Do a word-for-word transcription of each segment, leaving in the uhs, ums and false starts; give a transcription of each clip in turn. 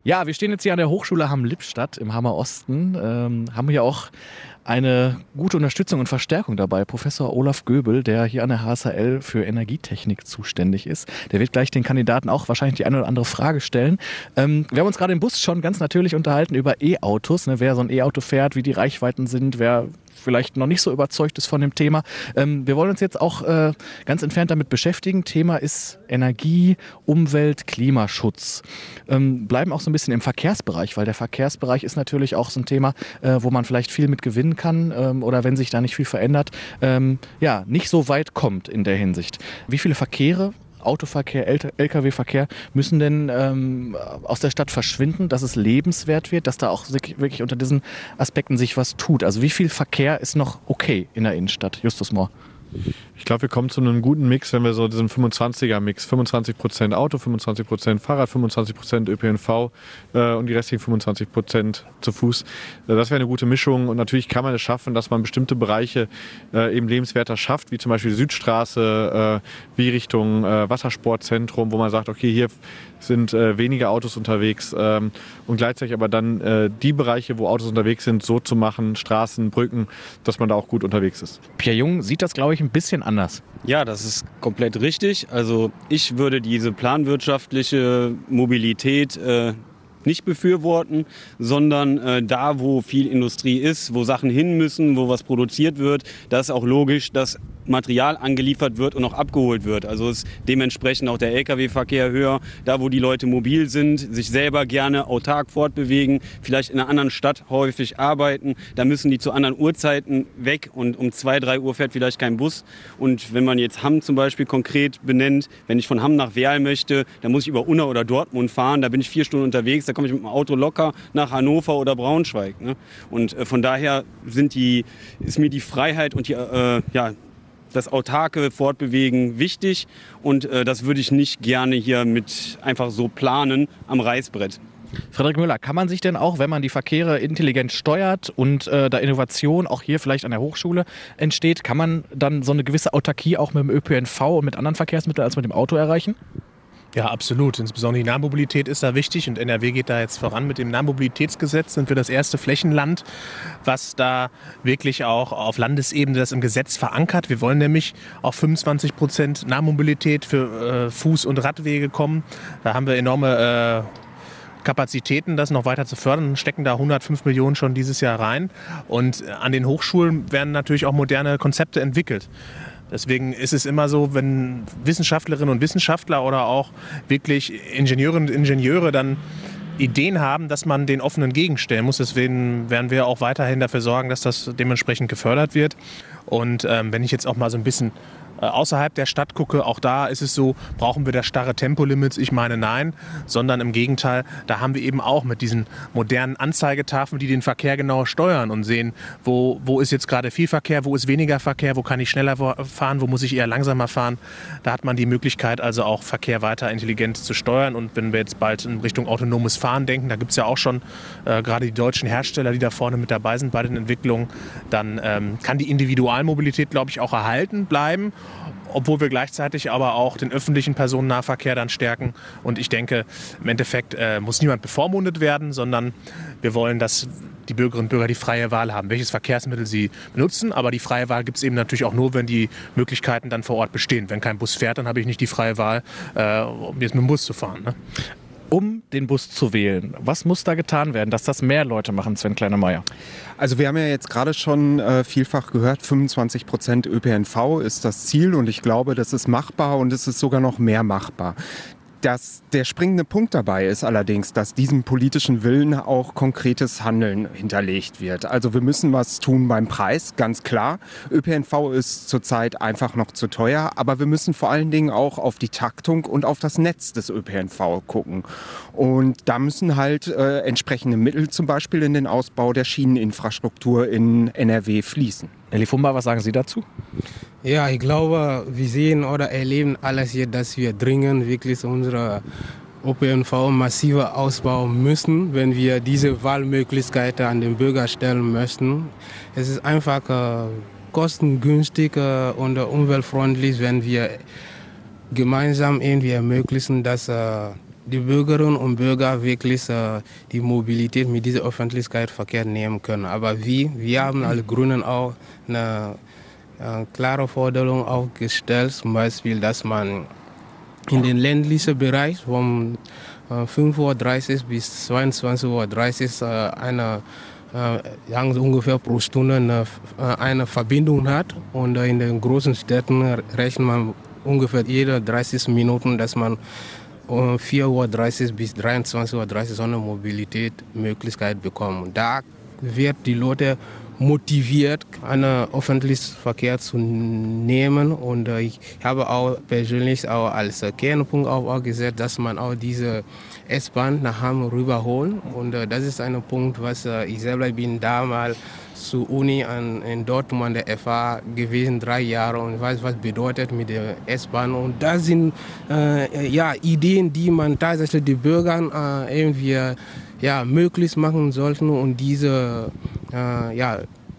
Ja, wir stehen jetzt hier an der Hochschule Hamm-Lippstadt im Hammer Osten, ähm, haben hier auch eine gute Unterstützung und Verstärkung dabei. Professor Olaf Göbel, der hier an der H S H L für Energietechnik zuständig ist. Der wird gleich den Kandidaten auch wahrscheinlich die eine oder andere Frage stellen. Ähm, wir haben uns gerade im Bus schon ganz natürlich unterhalten über E-Autos, ne, wer so ein E-Auto fährt, wie die Reichweiten sind, wer vielleicht noch nicht so überzeugt ist von dem Thema. Ähm, wir wollen uns jetzt auch äh, ganz entfernt damit beschäftigen. Thema ist Energie, Umwelt, Klimaschutz. Ähm, bleiben auch so ein bisschen im Verkehrsbereich, weil der Verkehrsbereich ist natürlich auch so ein Thema, äh, wo man vielleicht viel mit gewinnen kann ähm, oder wenn sich da nicht viel verändert, ähm, ja, nicht so weit kommt in der Hinsicht. Wie viele Verkehre, Autoverkehr, L K W-Verkehr müssen denn ähm, aus der Stadt verschwinden, dass es lebenswert wird, dass da auch wirklich unter diesen Aspekten sich was tut? Also wie viel Verkehr ist noch okay in der Innenstadt? Justus Mohr. Ich glaube, wir kommen zu einem guten Mix, wenn wir so diesen fünfundzwanziger-Mix, fünfundzwanzig Prozent Auto, fünfundzwanzig Prozent Fahrrad, fünfundzwanzig Prozent Ö P N V äh, und die restlichen fünfundzwanzig Prozent zu Fuß. Äh, das wäre eine gute Mischung und natürlich kann man es schaffen, dass man bestimmte Bereiche äh, eben lebenswerter schafft, wie zum Beispiel die Südstraße, äh, wie Richtung äh, Wassersportzentrum, wo man sagt, okay, hier sind äh, weniger Autos unterwegs ähm, und gleichzeitig aber dann äh, die Bereiche, wo Autos unterwegs sind, so zu machen, Straßen, Brücken, dass man da auch gut unterwegs ist. Pierre Jung sieht das, glaube ich, ein bisschen anders. Ja, das ist komplett richtig. Also ich würde diese planwirtschaftliche Mobilität äh, nicht befürworten, sondern äh, da, wo viel Industrie ist, wo Sachen hin müssen, wo was produziert wird, da ist auch logisch, dass Material angeliefert wird und auch abgeholt wird. Also ist dementsprechend auch der L K W-Verkehr höher, da wo die Leute mobil sind, sich selber gerne autark fortbewegen, vielleicht in einer anderen Stadt häufig arbeiten, da müssen die zu anderen Uhrzeiten weg und um zwei, drei Uhr fährt vielleicht kein Bus. Und wenn man jetzt Hamm zum Beispiel konkret benennt, wenn ich von Hamm nach Werl möchte, dann muss ich über Unna oder Dortmund fahren, da bin ich vier Stunden unterwegs, da komme ich mit dem Auto locker nach Hannover oder Braunschweig. Ne? Und äh, von daher sind die, ist mir die Freiheit und die, äh, ja, das autarke Fortbewegen wichtig und äh, das würde ich nicht gerne hier mit einfach so planen am Reißbrett. Frederik Müller, kann man sich denn auch, wenn man die Verkehre intelligent steuert und äh, da Innovation auch hier vielleicht an der Hochschule entsteht, kann man dann so eine gewisse Autarkie auch mit dem Ö P N V und mit anderen Verkehrsmitteln als mit dem Auto erreichen? Ja, absolut. Insbesondere die Nahmobilität ist da wichtig und N R W geht da jetzt voran. Mit dem Nahmobilitätsgesetz sind wir das erste Flächenland, was da wirklich auch auf Landesebene das im Gesetz verankert. Wir wollen nämlich auf fünfundzwanzig Prozent Nahmobilität für äh, Fuß- und Radwege kommen. Da haben wir enorme äh, Kapazitäten, das noch weiter zu fördern, stecken da hundertfünf Millionen schon dieses Jahr rein. Und an den Hochschulen werden natürlich auch moderne Konzepte entwickelt. Deswegen ist es immer so, wenn Wissenschaftlerinnen und Wissenschaftler oder auch wirklich Ingenieurinnen und Ingenieure dann Ideen haben, dass man den offenen gegenstellen muss. Deswegen werden wir auch weiterhin dafür sorgen, dass das dementsprechend gefördert wird. Und ähm, wenn ich jetzt auch mal so ein bisschen äh, außerhalb der Stadt gucke, auch da ist es so, brauchen wir da starre Tempolimits? Ich meine nein, sondern im Gegenteil, da haben wir eben auch mit diesen modernen Anzeigetafeln, die den Verkehr genau steuern und sehen, wo, wo ist jetzt gerade viel Verkehr, wo ist weniger Verkehr, wo kann ich schneller fahren, wo muss ich eher langsamer fahren. Da hat man die Möglichkeit, also auch Verkehr weiter intelligent zu steuern. Und wenn wir jetzt bald in Richtung autonomes Fahren denken, da gibt es ja auch schon äh, gerade die deutschen Hersteller, die da vorne mit dabei sind bei den Entwicklungen, dann ähm, kann die Individualmobilität, glaube ich, auch erhalten bleiben, obwohl wir gleichzeitig aber auch den öffentlichen Personennahverkehr dann stärken. Und ich denke, im Endeffekt äh, muss niemand bevormundet werden, sondern wir wollen, dass die Bürgerinnen und Bürger die freie Wahl haben, welches Verkehrsmittel sie benutzen. Aber die freie Wahl gibt es eben natürlich auch nur, wenn die Möglichkeiten dann vor Ort bestehen. Wenn kein Bus fährt, dann habe ich nicht die freie Wahl, äh, um jetzt mit dem Bus zu fahren. Ne? Um den Bus zu wählen, was muss da getan werden, dass das mehr Leute machen, Sven Kleine-Meyer? Also wir haben ja jetzt gerade schon äh, vielfach gehört, fünfundzwanzig Prozent Ö P N V ist das Ziel und ich glaube, das ist machbar und es ist sogar noch mehr machbar. Das, der springende Punkt dabei ist allerdings, dass diesem politischen Willen auch konkretes Handeln hinterlegt wird. Also wir müssen was tun beim Preis, ganz klar. Ö P N V ist zurzeit einfach noch zu teuer, aber wir müssen vor allen Dingen auch auf die Taktung und auf das Netz des Ö P N V gucken. Und da müssen halt äh, entsprechende Mittel zum Beispiel in den Ausbau der Schieneninfrastruktur in N R W fließen. Elli Fumba, was sagen Sie dazu? Ja, ich glaube, wir sehen oder erleben alles hier, dass wir dringend wirklich unsere Ö P N V massiver ausbauen müssen, wenn wir diese Wahlmöglichkeiten an den Bürger stellen möchten. Es ist einfach äh, kostengünstig äh, und umweltfreundlich, wenn wir gemeinsam irgendwie ermöglichen, dass äh, die Bürgerinnen und Bürger wirklich äh, die Mobilität mit diesem Öffentlichkeitsverkehr nehmen können. Aber wie? Wir haben alle Grünen auch eine äh, klare Forderung aufgestellt, zum Beispiel, dass man in den ländlichen Bereich vom äh, fünf Uhr dreißig bis zweiundzwanzig Uhr dreißig äh, eine äh, ungefähr pro Stunde eine, eine Verbindung hat. Und äh, in den großen Städten rechnet man ungefähr jede dreißig Minuten, dass man um vier Uhr dreißig bis dreiundzwanzig Uhr dreißig so eine Mobilitätsmöglichkeit bekommen. Da wird die Leute motiviert, einen öffentlichen Verkehr zu nehmen. Und äh, ich habe auch persönlich auch als äh, Kernpunkt auch, auch gesetzt, dass man auch diese S-Bahn nach Hamm rüberholt. Und äh, das ist ein Punkt, was äh, ich selber bin damals zur Uni an, in Dortmund an der F A gewesen, drei Jahre, und weiß, was bedeutet mit der S-Bahn. Und das sind äh, ja, Ideen, die man tatsächlich den Bürgern äh, irgendwie ja, möglich machen sollten, und diese äh, ja,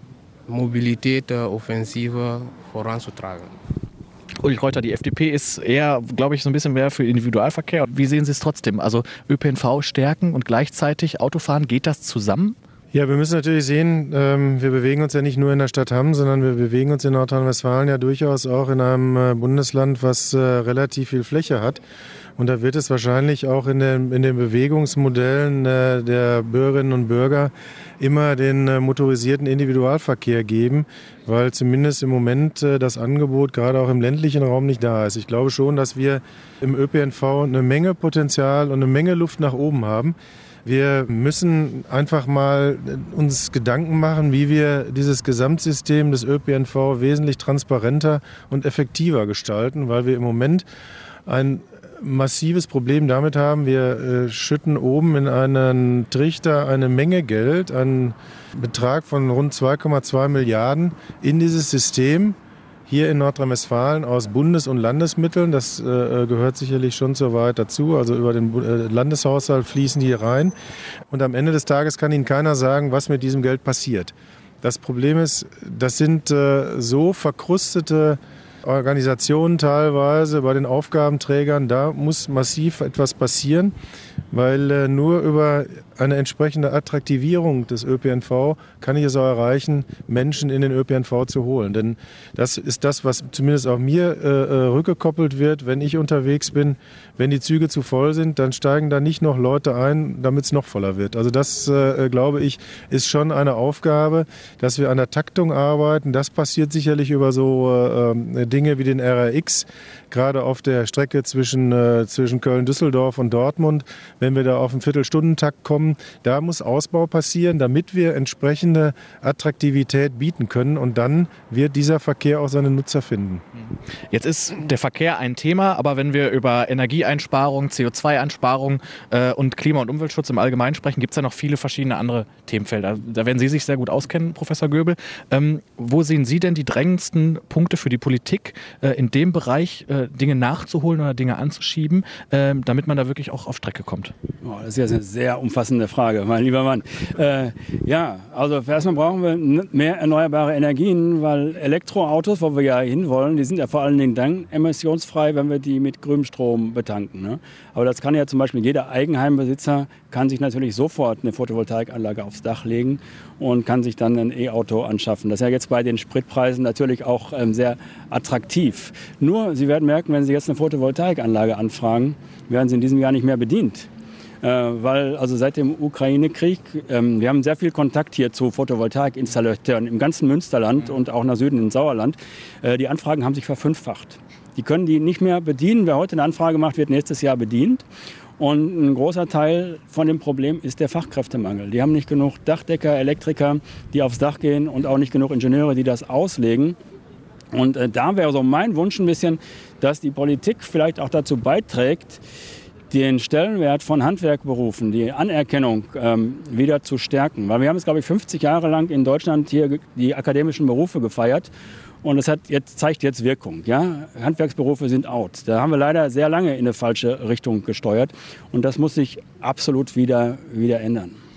Mobilität äh, Offensive voranzutragen. Ulrich Reuter, die F D P ist eher, glaube ich, so ein bisschen mehr für Individualverkehr. Wie sehen Sie es trotzdem? Also Ö P N V stärken und gleichzeitig Autofahren, geht das zusammen? Ja, wir müssen natürlich sehen, ähm, wir bewegen uns ja nicht nur in der Stadt Hamm, sondern wir bewegen uns in Nordrhein-Westfalen ja durchaus auch in einem äh, Bundesland, was äh, relativ viel Fläche hat. Und da wird es wahrscheinlich auch in den, in den Bewegungsmodellen äh, der Bürgerinnen und Bürger immer den äh, motorisierten Individualverkehr geben, weil zumindest im Moment äh, das Angebot gerade auch im ländlichen Raum nicht da ist. Ich glaube schon, dass wir im Ö P N V eine Menge Potenzial und eine Menge Luft nach oben haben. Wir müssen einfach mal uns Gedanken machen, wie wir dieses Gesamtsystem des Ö P N V wesentlich transparenter und effektiver gestalten, weil wir im Moment ein massives Problem damit haben. Wir äh, schütten oben in einen Trichter eine Menge Geld, einen Betrag von rund zwei Komma zwei Milliarden in dieses System. Hier in Nordrhein-Westfalen aus Bundes- und Landesmitteln, das äh, gehört sicherlich schon so weit dazu, also über den äh, Landeshaushalt fließen die rein. Und am Ende des Tages kann Ihnen keiner sagen, was mit diesem Geld passiert. Das Problem ist, das sind äh, so verkrustete Organisationen teilweise bei den Aufgabenträgern, da muss massiv etwas passieren, weil äh, nur über eine entsprechende Attraktivierung des Ö P N V kann ich es auch erreichen, Menschen in den Ö P N V zu holen. Denn das ist das, was zumindest auch mir äh, rückgekoppelt wird, wenn ich unterwegs bin. Wenn die Züge zu voll sind, dann steigen da nicht noch Leute ein, damit es noch voller wird. Also das, äh, glaube ich, ist schon eine Aufgabe, dass wir an der Taktung arbeiten. Das passiert sicherlich über so äh, Dinge wie den R R X, gerade auf der Strecke zwischen, äh, zwischen Köln-Düsseldorf und Dortmund. Wenn wir da auf einen Viertelstundentakt kommen, da muss Ausbau passieren, damit wir entsprechende Attraktivität bieten können. Und dann wird dieser Verkehr auch seine Nutzer finden. Jetzt ist der Verkehr ein Thema, aber wenn wir über Energieeinsparung, C O zwei Einsparung äh, und Klima- und Umweltschutz im Allgemeinen sprechen, gibt es ja noch viele verschiedene andere Themenfelder. Da werden Sie sich sehr gut auskennen, Professor Göbel. Ähm, wo sehen Sie denn die drängendsten Punkte für die Politik, äh, in dem Bereich äh, Dinge nachzuholen oder Dinge anzuschieben, äh, damit man da wirklich auch auf Strecke kommt? Oh, das ist ja eine sehr umfassende Frage, mein lieber Mann. Äh, ja, also erstmal brauchen wir mehr erneuerbare Energien, weil Elektroautos, wo wir ja hinwollen, die sind ja vor allen Dingen dann emissionsfrei, wenn wir die mit grünem Strom betanken. Ne? Aber das kann ja zum Beispiel jeder Eigenheimbesitzer, kann sich natürlich sofort eine Photovoltaikanlage aufs Dach legen und kann sich dann ein E-Auto anschaffen. Das ist ja jetzt bei den Spritpreisen natürlich auch ähm, sehr attraktiv. Nur, Sie werden merken, wenn Sie jetzt eine Photovoltaikanlage anfragen, werden Sie in diesem Jahr nicht mehr bedient. Äh, weil also seit dem Ukraine-Krieg, ähm, wir haben sehr viel Kontakt hier zu Photovoltaikinstallateuren im ganzen Münsterland und auch nach Süden in Sauerland. Äh, die Anfragen haben sich verfünffacht. Die können die nicht mehr bedienen. Wer heute eine Anfrage macht, wird nächstes Jahr bedient. Und ein großer Teil von dem Problem ist der Fachkräftemangel. Die haben nicht genug Dachdecker, Elektriker, die aufs Dach gehen, und auch nicht genug Ingenieure, die das auslegen. Und äh, da wäre so mein Wunsch ein bisschen, dass die Politik vielleicht auch dazu beiträgt, den Stellenwert von Handwerkberufen, die Anerkennung ähm, wieder zu stärken. Weil wir haben es, glaube ich, fünfzig Jahre lang in Deutschland hier die akademischen Berufe gefeiert. Und das hat jetzt, zeigt jetzt Wirkung. Ja? Handwerksberufe sind out. Da haben wir leider sehr lange in eine falsche Richtung gesteuert. Und das muss sich absolut wieder, wieder ändern.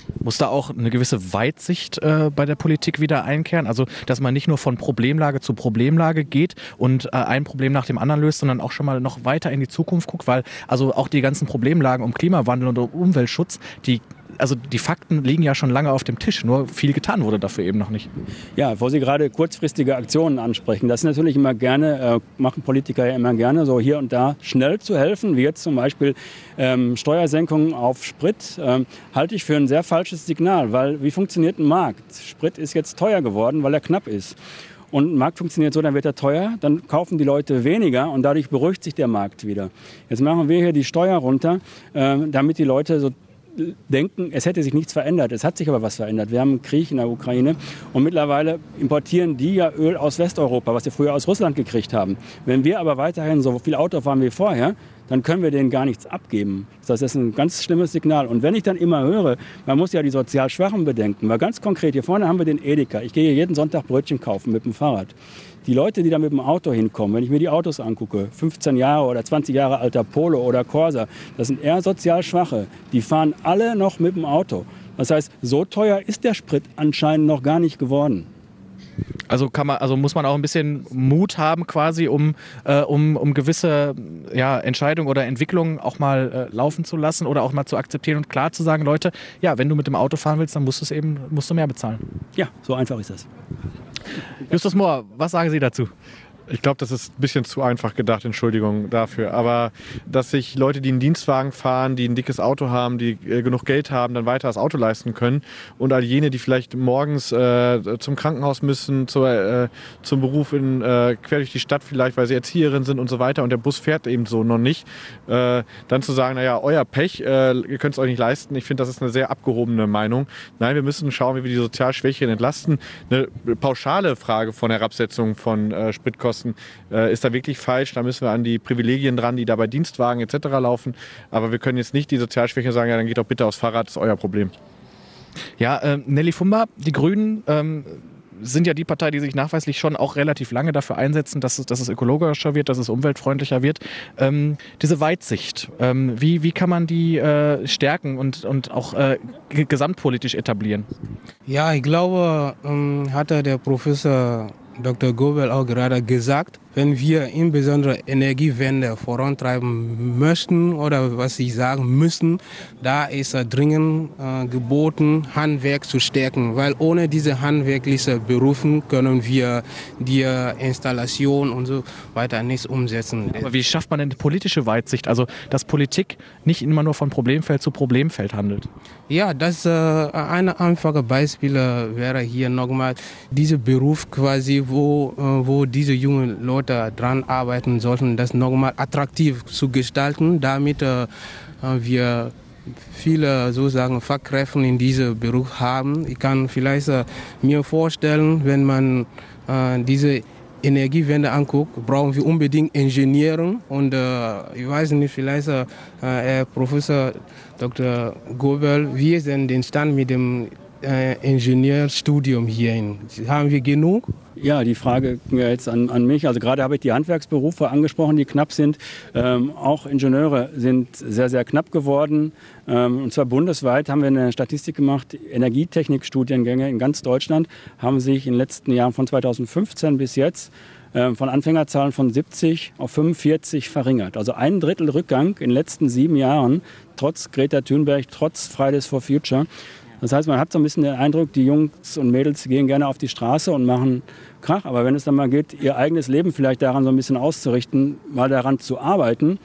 Muss da auch eine gewisse Weitsicht äh, bei der Politik wieder einkehren? Also, dass man nicht nur von Problemlage zu Problemlage geht und äh, ein Problem nach dem anderen löst, sondern auch schon mal noch weiter in die Zukunft guckt, weil also auch die ganzen Problemlagen um Klimawandel und um Umweltschutz, die also die Fakten liegen ja schon lange auf dem Tisch, nur viel getan wurde dafür eben noch nicht. Ja, wo Sie gerade kurzfristige Aktionen ansprechen, das ist natürlich immer gerne, äh, machen Politiker ja immer gerne, so hier und da schnell zu helfen, wie jetzt zum Beispiel ähm, Steuersenkungen auf Sprit, ähm, halte ich für ein sehr falsches Signal, weil wie funktioniert ein Markt? Sprit ist jetzt teuer geworden, weil er knapp ist. Und ein Markt funktioniert so, dann wird er teuer, dann kaufen die Leute weniger und dadurch beruhigt sich der Markt wieder. Jetzt machen wir hier die Steuer runter, äh, damit die Leute so denken, es hätte sich nichts verändert. Es hat sich aber was verändert. Wir haben einen Krieg in der Ukraine und mittlerweile importieren die ja Öl aus Westeuropa, was wir früher aus Russland gekriegt haben. Wenn wir aber weiterhin so viel Auto fahren wie vorher, dann können wir denen gar nichts abgeben. Das ist ein ganz schlimmes Signal. Und wenn ich dann immer höre, man muss ja die sozial Schwachen bedenken, weil ganz konkret, hier vorne haben wir den Edeka. Ich gehe jeden Sonntag Brötchen kaufen mit dem Fahrrad. Die Leute, die da mit dem Auto hinkommen, wenn ich mir die Autos angucke, fünfzehn Jahre oder zwanzig Jahre alter Polo oder Corsa, das sind eher sozial Schwache. Die fahren alle noch mit dem Auto. Das heißt, so teuer ist der Sprit anscheinend noch gar nicht geworden. Also kann man, also muss man auch ein bisschen Mut haben, quasi, um, äh, um, um gewisse ja, Entscheidungen oder Entwicklungen auch mal äh, laufen zu lassen oder auch mal zu akzeptieren und klar zu sagen, Leute, ja, wenn du mit dem Auto fahren willst, dann musst du es eben, musst du mehr bezahlen. Ja, so einfach ist das. Justus Mohr, was sagen Sie dazu? Ich glaube, das ist ein bisschen zu einfach gedacht, Entschuldigung dafür. Aber dass sich Leute, die einen Dienstwagen fahren, die ein dickes Auto haben, die äh, genug Geld haben, dann weiter das Auto leisten können. Und all jene, die vielleicht morgens äh, zum Krankenhaus müssen, zur, äh, zum Beruf in, äh, quer durch die Stadt vielleicht, weil sie Erzieherin sind und so weiter und der Bus fährt eben so noch nicht, äh, dann zu sagen, naja, euer Pech, äh, ihr könnt es euch nicht leisten. Ich finde, das ist eine sehr abgehobene Meinung. Nein, wir müssen schauen, wie wir die sozial Schwächeren entlasten. Eine pauschale Frage von Herabsetzung von äh, Spritkosten Äh, ist da wirklich falsch. Da müssen wir an die Privilegien dran, die da bei Dienstwagen et cetera laufen. Aber wir können jetzt nicht die Sozialschwächen sagen, ja, dann geht doch bitte aufs Fahrrad, das ist euer Problem. Ja, äh, Nelly Fumba, die Grünen ähm, sind ja die Partei, die sich nachweislich schon auch relativ lange dafür einsetzen, dass es, dass es ökologischer wird, dass es umweltfreundlicher wird. Ähm, diese Weitsicht, ähm, wie, wie kann man die äh, stärken und, und auch äh, gesamtpolitisch etablieren? Ja, ich glaube, ähm, hatte der Professor Doktor Göbel auch gerade gesagt, wenn wir insbesondere Energiewende vorantreiben möchten oder was Sie sagen müssen, da ist äh, dringend äh, geboten, Handwerk zu stärken, weil ohne diese handwerklichen Berufe können wir die äh, Installation und so weiter nicht umsetzen. Aber wie schafft man denn politische Weitsicht, also dass Politik nicht immer nur von Problemfeld zu Problemfeld handelt? Ja, das äh, ein einfaches Beispiel wäre hier nochmal dieser Beruf quasi, wo, äh, wo diese jungen Leute dran arbeiten sollten, das nochmal attraktiv zu gestalten, damit äh, wir viele sozusagen Fachkräfte in diesem Beruf haben. Ich kann vielleicht äh, mir vorstellen, wenn man äh, diese Energiewende anguckt, brauchen wir unbedingt Ingenieure und äh, ich weiß nicht, vielleicht äh, Herr Professor Doktor Göbel, wie ist denn der Stand mit dem äh, Ingenieurstudium hierhin? Haben wir genug? Ja, die Frage ging ja jetzt an, an mich. Also gerade habe ich die Handwerksberufe angesprochen, die knapp sind. Ähm, auch Ingenieure sind sehr, sehr knapp geworden. Ähm, und zwar bundesweit haben wir eine Statistik gemacht. Energietechnikstudiengänge in ganz Deutschland haben sich in den letzten Jahren von zweitausendfünfzehn bis jetzt ähm, von Anfängerzahlen von siebzig auf fünfundvierzig verringert. Also ein Drittel Rückgang in den letzten sieben Jahren, trotz Greta Thunberg, trotz Fridays for Future. Das heißt, man hat so ein bisschen den Eindruck, die Jungs und Mädels gehen gerne auf die Straße und machen Krach. Aber wenn es dann mal geht, ihr eigenes Leben vielleicht daran so ein bisschen auszurichten, mal daran zu arbeiten,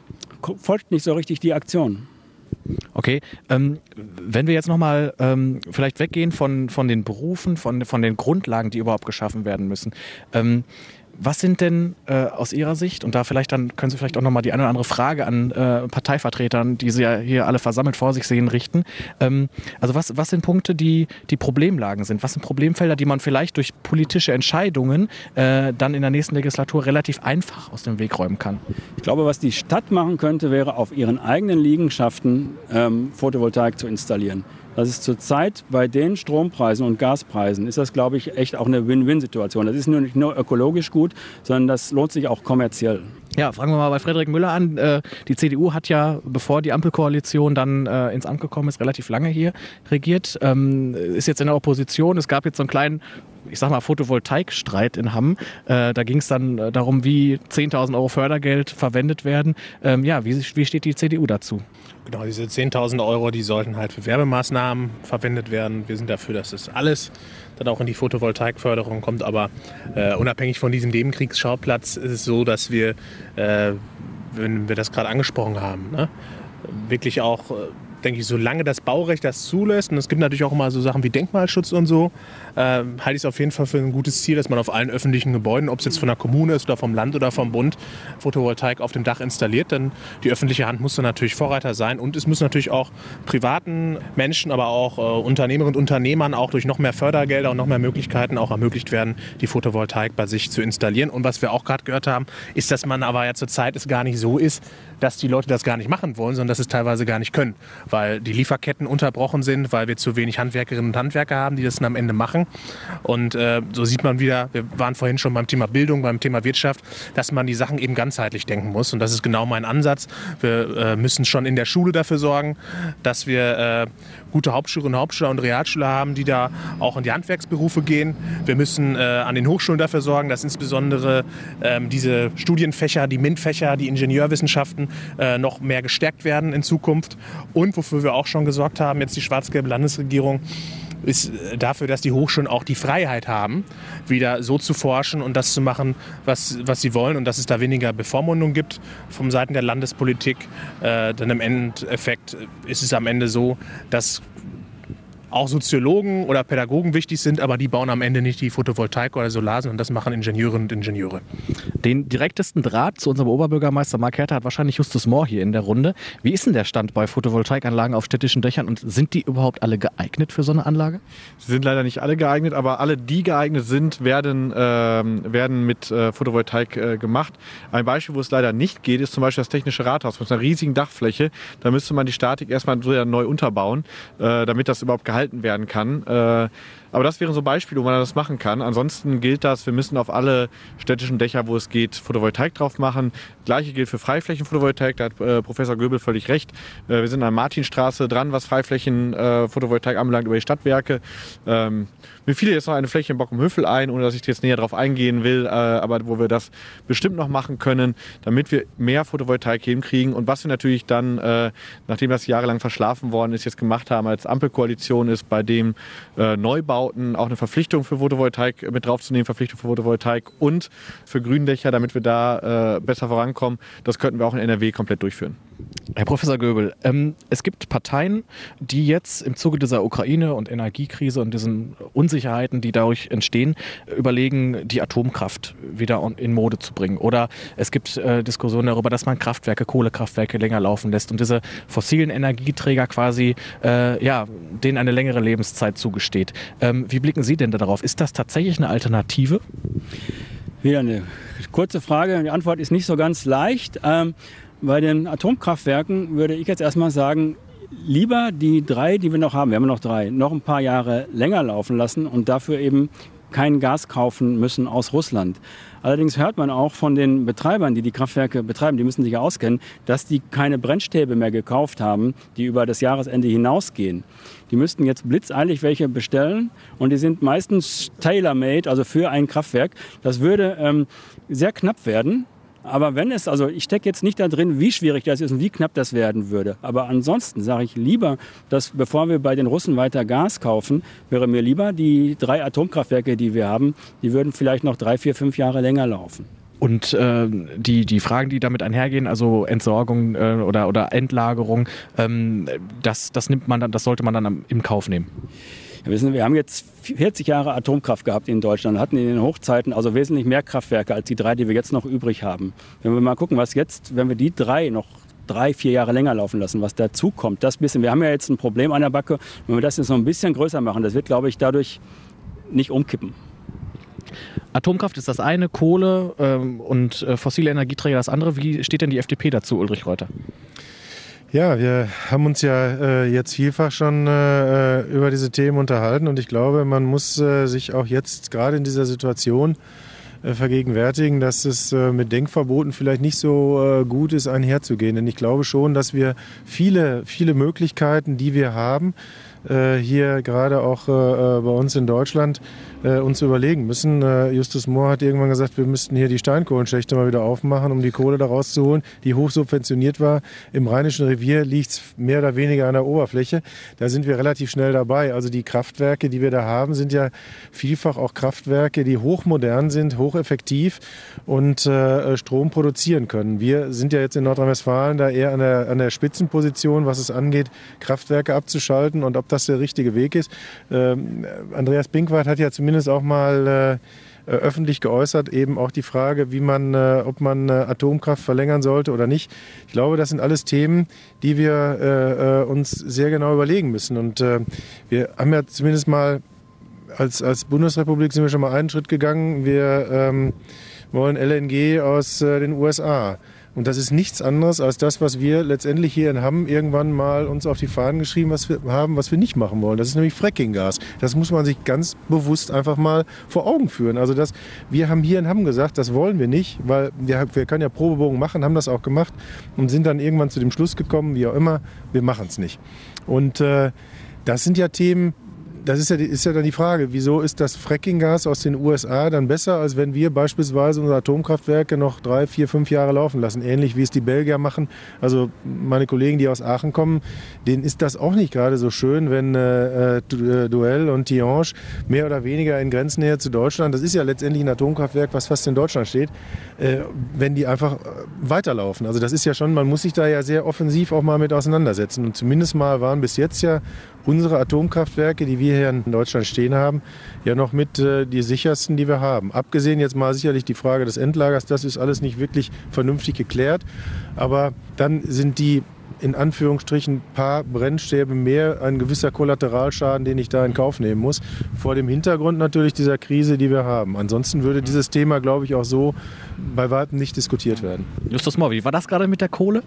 folgt nicht so richtig die Aktion. Okay, ähm, wenn wir jetzt nochmal ähm, vielleicht weggehen von, von den Berufen, von, von den Grundlagen, die überhaupt geschaffen werden müssen. Ähm, Was sind denn äh, aus Ihrer Sicht, und da vielleicht dann können Sie vielleicht auch nochmal die eine oder andere Frage an äh, Parteivertretern, die Sie ja hier alle versammelt vor sich sehen, richten. Ähm, also was, was sind Punkte, die, die Problemlagen sind? Was sind Problemfelder, die man vielleicht durch politische Entscheidungen äh, dann in der nächsten Legislatur relativ einfach aus dem Weg räumen kann? Ich glaube, was die Stadt machen könnte, wäre auf ihren eigenen Liegenschaften ähm, Photovoltaik zu installieren. Das ist zurzeit bei den Strompreisen und Gaspreisen, ist das, glaube ich, echt auch eine Win-Win-Situation. Das ist nur nicht nur ökologisch gut, sondern das lohnt sich auch kommerziell. Ja, fragen wir mal bei Frederik Müller an. Äh, die C D U hat ja, bevor die Ampelkoalition dann äh, ins Amt gekommen ist, relativ lange hier regiert. Ähm, ist jetzt in der Opposition. Es gab jetzt so einen kleinen, ich sag mal, Photovoltaikstreit in Hamm. Äh, da ging es dann äh, darum, wie zehntausend Euro Fördergeld verwendet werden. Ähm, ja, wie, wie steht die C D U dazu? Genau, diese zehntausend Euro, die sollten halt für Werbemaßnahmen verwendet werden. Wir sind dafür, dass das alles dann auch in die Photovoltaikförderung kommt. Aber äh, unabhängig von diesem Nebenkriegsschauplatz ist es so, dass wir, äh, wenn wir das gerade angesprochen haben, ne, wirklich auch, äh, denke ich, solange das Baurecht das zulässt, und es gibt natürlich auch immer so Sachen wie Denkmalschutz und so, äh, halte ich es auf jeden Fall für ein gutes Ziel, dass man auf allen öffentlichen Gebäuden, ob es jetzt von der Kommune ist oder vom Land oder vom Bund, Photovoltaik auf dem Dach installiert. Denn die öffentliche Hand muss dann natürlich Vorreiter sein und es müssen natürlich auch privaten Menschen, aber auch äh, Unternehmerinnen und Unternehmern auch durch noch mehr Fördergelder und noch mehr Möglichkeiten auch ermöglicht werden, die Photovoltaik bei sich zu installieren. Und was wir auch gerade gehört haben, ist, dass man aber ja zurzeit es gar nicht so ist, dass die Leute das gar nicht machen wollen, sondern dass sie es teilweise gar nicht können, weil die Lieferketten unterbrochen sind, weil wir zu wenig Handwerkerinnen und Handwerker haben, die das dann am Ende machen. Und äh, so sieht man wieder, wir waren vorhin schon beim Thema Bildung, beim Thema Wirtschaft, dass man die Sachen eben ganzheitlich denken muss. Und das ist genau mein Ansatz. Wir äh, müssen schon in der Schule dafür sorgen, dass wir äh, gute Hauptschülerinnen und Hauptschüler und Realschüler haben, die da auch in die Handwerksberufe gehen. Wir müssen äh, an den Hochschulen dafür sorgen, dass insbesondere ähm, diese Studienfächer, die MINT-Fächer, die Ingenieurwissenschaften äh, noch mehr gestärkt werden in Zukunft. Und wofür wir auch schon gesorgt haben, jetzt die schwarz-gelbe Landesregierung, ist dafür, dass die Hochschulen auch die Freiheit haben, wieder so zu forschen und das zu machen, was, was sie wollen und dass es da weniger Bevormundung gibt von Seiten der Landespolitik. Äh, denn im Endeffekt ist es am Ende so, dass auch Soziologen oder Pädagogen wichtig sind, aber die bauen am Ende nicht die Photovoltaik oder Solar, und das machen Ingenieurinnen und Ingenieure. Den direktesten Draht zu unserem Oberbürgermeister Mark Herter hat wahrscheinlich Justus Mohr hier in der Runde. Wie ist denn der Stand bei Photovoltaikanlagen auf städtischen Dächern und sind die überhaupt alle geeignet für so eine Anlage? Sie sind leider nicht alle geeignet, aber alle, die geeignet sind, werden, äh, werden mit äh, Photovoltaik äh, gemacht. Ein Beispiel, wo es leider nicht geht, ist zum Beispiel das Technische Rathaus mit einer riesigen Dachfläche. Da müsste man die Statik erstmal neu unterbauen, äh, damit das überhaupt gehalten werden kann. Äh, aber das wären so Beispiele, wo man das machen kann. Ansonsten gilt das, wir müssen auf alle städtischen Dächer, wo es geht, Photovoltaik drauf machen. Gleiche gilt für Freiflächen-Photovoltaik, da hat äh, Professor Göbel völlig recht. Äh, wir sind an der Martinstraße dran, was Freiflächen-Photovoltaik äh, anbelangt, über die Stadtwerke. Ähm, mir fiel jetzt noch eine Fläche in Bockum-Hüffel ein, ohne dass ich jetzt näher drauf eingehen will, äh, aber wo wir das bestimmt noch machen können, damit wir mehr Photovoltaik hinkriegen. Und was wir natürlich dann, äh, nachdem das jahrelang verschlafen worden ist, jetzt gemacht haben als Ampelkoalition, ist bei dem äh, Neubau auch eine Verpflichtung für Photovoltaik mit draufzunehmen, Verpflichtung für Photovoltaik und für Gründächer, damit wir da äh, besser vorankommen. Das könnten wir auch in N R W komplett durchführen. Herr Professor Göbel, ähm, es gibt Parteien, die jetzt im Zuge dieser Ukraine- und Energiekrise und diesen Unsicherheiten, die dadurch entstehen, überlegen, die Atomkraft wieder in Mode zu bringen. Oder es gibt äh, Diskussionen darüber, dass man Kraftwerke, Kohlekraftwerke länger laufen lässt und diese fossilen Energieträger quasi, äh, ja, denen eine längere Lebenszeit zugesteht. Ähm, wie blicken Sie denn da darauf? Ist das tatsächlich eine Alternative? Wieder eine kurze Frage. Die Antwort ist nicht so ganz leicht. Ähm, bei den Atomkraftwerken würde ich jetzt erstmal sagen, lieber die drei, die wir noch haben, wir haben noch drei, noch ein paar Jahre länger laufen lassen und dafür eben kein Gas kaufen müssen aus Russland. Allerdings hört man auch von den Betreibern, die die Kraftwerke betreiben, die müssen sich ja auskennen, dass die keine Brennstäbe mehr gekauft haben, die über das Jahresende hinausgehen. Die müssten jetzt blitzeilig welche bestellen und die sind meistens tailor-made, also für ein Kraftwerk. Das würde ähm, sehr knapp werden. Aber wenn es, also ich stecke jetzt nicht da drin, wie schwierig das ist und wie knapp das werden würde. Aber ansonsten sage ich lieber, dass bevor wir bei den Russen weiter Gas kaufen, wäre mir lieber die drei Atomkraftwerke, die wir haben, die würden vielleicht noch drei, vier, fünf Jahre länger laufen. Und äh, die, die Fragen, die damit einhergehen, also Entsorgung äh, oder, oder Endlagerung, ähm, das, das nimmt man dann, das sollte man dann am, im Kauf nehmen. Ja, wissen Sie, wir haben jetzt vierzig Jahre Atomkraft gehabt in Deutschland, hatten in den Hochzeiten also wesentlich mehr Kraftwerke als die drei, die wir jetzt noch übrig haben. Wenn wir mal gucken, was jetzt, wenn wir die drei noch drei, vier Jahre länger laufen lassen, was dazu kommt, das bisschen, wir haben ja jetzt ein Problem an der Backe, wenn wir das jetzt noch ein bisschen größer machen, das wird, glaube ich, dadurch nicht umkippen. Atomkraft ist das eine, Kohle ähm, und äh, fossile Energieträger das andere. Wie steht denn die F D P dazu, Ulrich Reuter? Ja, wir haben uns ja äh, jetzt vielfach schon äh, über diese Themen unterhalten und ich glaube, man muss äh, sich auch jetzt gerade in dieser Situation äh, vergegenwärtigen, dass es äh, mit Denkverboten vielleicht nicht so äh, gut ist, einherzugehen. Denn ich glaube schon, dass wir viele, viele Möglichkeiten, die wir haben, äh, hier gerade auch äh, bei uns in Deutschland, äh, uns überlegen müssen. Äh, Justus Mohr hat irgendwann gesagt, wir müssten hier die Steinkohlenschächte mal wieder aufmachen, um die Kohle da rauszuholen, die hoch subventioniert war. Im Rheinischen Revier liegt es mehr oder weniger an der Oberfläche. Da sind wir relativ schnell dabei. Also die Kraftwerke, die wir da haben, sind ja vielfach auch Kraftwerke, die hochmodern sind, hocheffektiv und äh, Strom produzieren können. Wir sind ja jetzt in Nordrhein-Westfalen da eher an der, an der Spitzenposition, was es angeht, Kraftwerke abzuschalten und ob das der richtige Weg ist. Ähm, Andreas Binkwart hat ja zumindest auch mal äh, öffentlich geäußert, eben auch die Frage, wie man, äh, ob man äh, Atomkraft verlängern sollte oder nicht. Ich glaube, das sind alles Themen, die wir äh, uns sehr genau überlegen müssen. Und äh, wir haben ja zumindest mal als, als Bundesrepublik sind wir schon mal einen Schritt gegangen. Wir ähm, wollen L N G aus äh, den U S A. Und das ist nichts anderes als das, was wir letztendlich hier in Hamm irgendwann mal uns auf die Fahnen geschrieben was wir haben, was wir nicht machen wollen. Das ist nämlich Frackinggas. Das muss man sich ganz bewusst einfach mal vor Augen führen. Also das, wir haben hier in Hamm gesagt, das wollen wir nicht, weil wir, wir können ja Probebogen machen, haben das auch gemacht und sind dann irgendwann zu dem Schluss gekommen, wie auch immer, wir machen es nicht. Und äh, das sind ja Themen, das ist ja, ist ja dann die Frage, wieso ist das Frackinggas aus den U S A dann besser, als wenn wir beispielsweise unsere Atomkraftwerke noch drei, vier, fünf Jahre laufen lassen, ähnlich wie es die Belgier machen. Also meine Kollegen, die aus Aachen kommen, denen ist das auch nicht gerade so schön, wenn äh, Duell und Tihange mehr oder weniger in Grenznähe zu Deutschland, das ist ja letztendlich ein Atomkraftwerk, was fast in Deutschland steht, äh, wenn die einfach weiterlaufen. Also das ist ja schon, man muss sich da ja sehr offensiv auch mal mit auseinandersetzen. Und zumindest mal waren bis jetzt ja unsere Atomkraftwerke, die wir hier in Deutschland stehen haben, ja noch mit äh, die sichersten, die wir haben. Abgesehen jetzt mal sicherlich die Frage des Endlagers, das ist alles nicht wirklich vernünftig geklärt. Aber dann sind die in Anführungsstrichen paar Brennstäbe mehr ein gewisser Kollateralschaden, den ich da in Kauf nehmen muss. Vor dem Hintergrund natürlich dieser Krise, die wir haben. Ansonsten würde dieses Thema, glaube ich, auch so bei weitem nicht diskutiert werden. Justus Mohr, wie war das gerade mit der Kohle?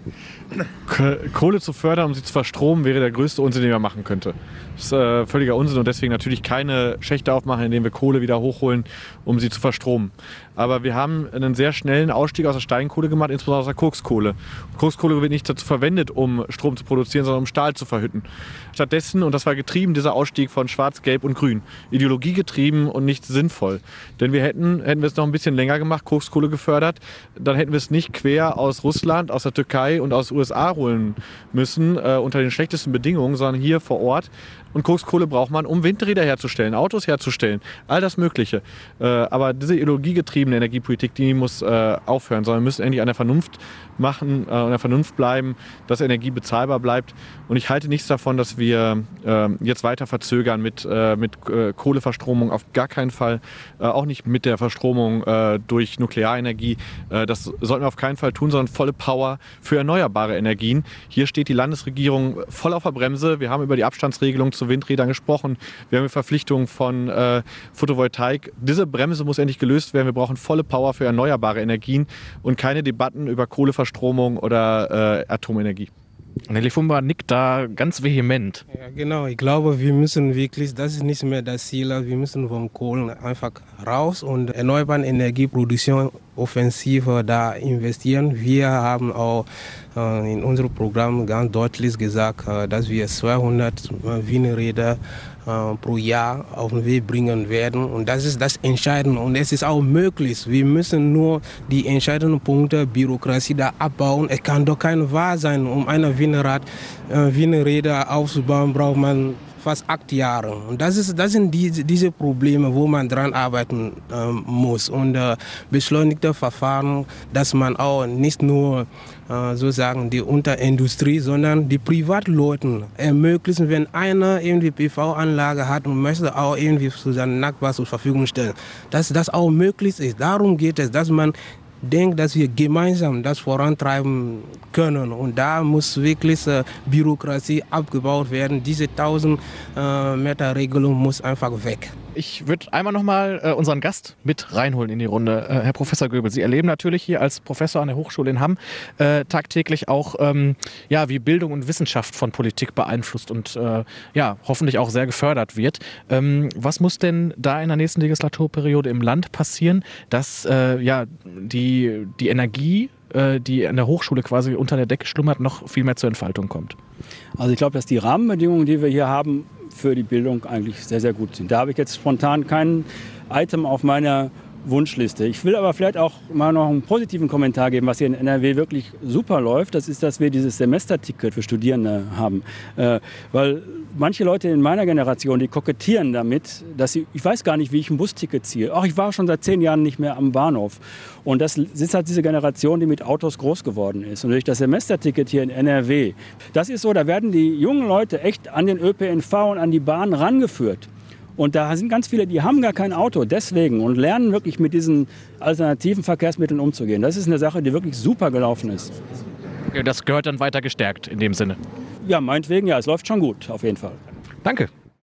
Kohle zu fördern, um sie zu verstromen, wäre der größte Unsinn, den man machen könnte. Das ist äh, völliger Unsinn und deswegen natürlich keine Schächte aufmachen, indem wir Kohle wieder hochholen, um sie zu verstromen. Aber wir haben einen sehr schnellen Ausstieg aus der Steinkohle gemacht, insbesondere aus der Kokskohle. Kokskohle wird nicht dazu verwendet, um Strom zu produzieren, sondern um Stahl zu verhütten. Stattdessen, und das war getrieben, dieser Ausstieg von Schwarz, Gelb und Grün. Ideologie getrieben und nicht sinnvoll. Denn wir hätten, hätten wir es noch ein bisschen länger gemacht, Kokskohle gefördert, dann hätten wir es nicht quer aus Russland, aus der Türkei und aus den U S A holen müssen, äh, unter den schlechtesten Bedingungen, sondern hier vor Ort. Und Kokskohle braucht man, um Windräder herzustellen, Autos herzustellen, all das Mögliche. Äh, aber diese ideologiegetriebene Energiepolitik, die muss äh, aufhören, sondern wir müssen endlich an der Vernunft machen, äh, an der Vernunft bleiben, dass Energie bezahlbar bleibt. Und ich halte nichts davon, dass wir äh, jetzt weiter verzögern mit, äh, mit äh, Kohleverstromung, auf gar keinen Fall. Äh, auch nicht mit der Verstromung äh, durch Nuklearenergie. Äh, das sollten wir auf keinen Fall tun, sondern volle Power für erneuerbare Energien. Hier steht die Landesregierung voll auf der Bremse. Wir haben über die Abstandsregelung zu Windrädern gesprochen. Wir haben die Verpflichtung von äh, Photovoltaik. Diese Bremse muss endlich gelöst werden. Wir brauchen volle Power für erneuerbare Energien und keine Debatten über Kohleverstromung oder äh, Atomenergie. Und Herr Lefumba nickt da ganz vehement. Ja, genau, ich glaube, wir müssen wirklich, das ist nicht mehr das Ziel, wir müssen vom Kohlen einfach raus und erneuerbare Energieproduktion offensiv da investieren. Wir haben auch äh, in unserem Programm ganz deutlich gesagt, äh, dass wir zweihundert Windräder äh, pro Jahr auf den Weg bringen werden. Und das ist das Entscheidende. Und es ist auch möglich. Wir müssen nur die entscheidenden Punkte Bürokratie da abbauen. Es kann doch kein wahr sein, um eine Windrad, äh, Windräder aufzubauen, braucht man fast acht Jahre. Und das, ist, das sind die, diese Probleme, wo man dran arbeiten äh, muss. Und äh, beschleunigte Verfahren, dass man auch nicht nur äh, sozusagen die Unterindustrie, sondern die Privatleuten ermöglichen, wenn einer irgendwie P V-Anlage hat und möchte auch irgendwie zu seinem Nachbarn zur Verfügung stellen, dass das auch möglich ist. Darum geht es, dass man denkt, dass wir gemeinsam das vorantreiben können. Und da muss wirklich äh, Bürokratie abgebaut werden. Diese tausend äh, Meter Regelung muss einfach weg. Ich würde einmal nochmal äh, unseren Gast mit reinholen in die Runde. Äh, Herr Professor Göbel, Sie erleben natürlich hier als Professor an der Hochschule in Hamm äh, tagtäglich auch, ähm, ja, wie Bildung und Wissenschaft von Politik beeinflusst und äh, ja, hoffentlich auch sehr gefördert wird. Ähm, was muss denn da in der nächsten Legislaturperiode im Land passieren, dass äh, ja, die, die Energie, äh, die an der Hochschule quasi unter der Decke schlummert, noch viel mehr zur Entfaltung kommt? Also ich glaube, dass die Rahmenbedingungen, die wir hier haben, für die Bildung eigentlich sehr, sehr gut sind. Da habe ich jetzt spontan kein Item auf meiner Wunschliste. Ich will aber vielleicht auch mal noch einen positiven Kommentar geben, was hier in N R W wirklich super läuft. Das ist, dass wir dieses Semesterticket für Studierende haben. Äh, weil manche Leute in meiner Generation, die kokettieren damit, dass sie, ich weiß gar nicht, wie ich ein Busticket ziehe. Ach, ich war schon seit zehn Jahren nicht mehr am Bahnhof. Und das ist halt diese Generation, die mit Autos groß geworden ist. Und durch das Semesterticket hier in N R W, das ist so, da werden die jungen Leute echt an den Ö P N V und an die Bahn rangeführt. Und da sind ganz viele, die haben gar kein Auto, deswegen, und lernen wirklich mit diesen alternativen Verkehrsmitteln umzugehen. Das ist eine Sache, die wirklich super gelaufen ist. Okay, das gehört dann weiter gestärkt in dem Sinne. Ja, meinetwegen, ja, es läuft schon gut, auf jeden Fall. Danke.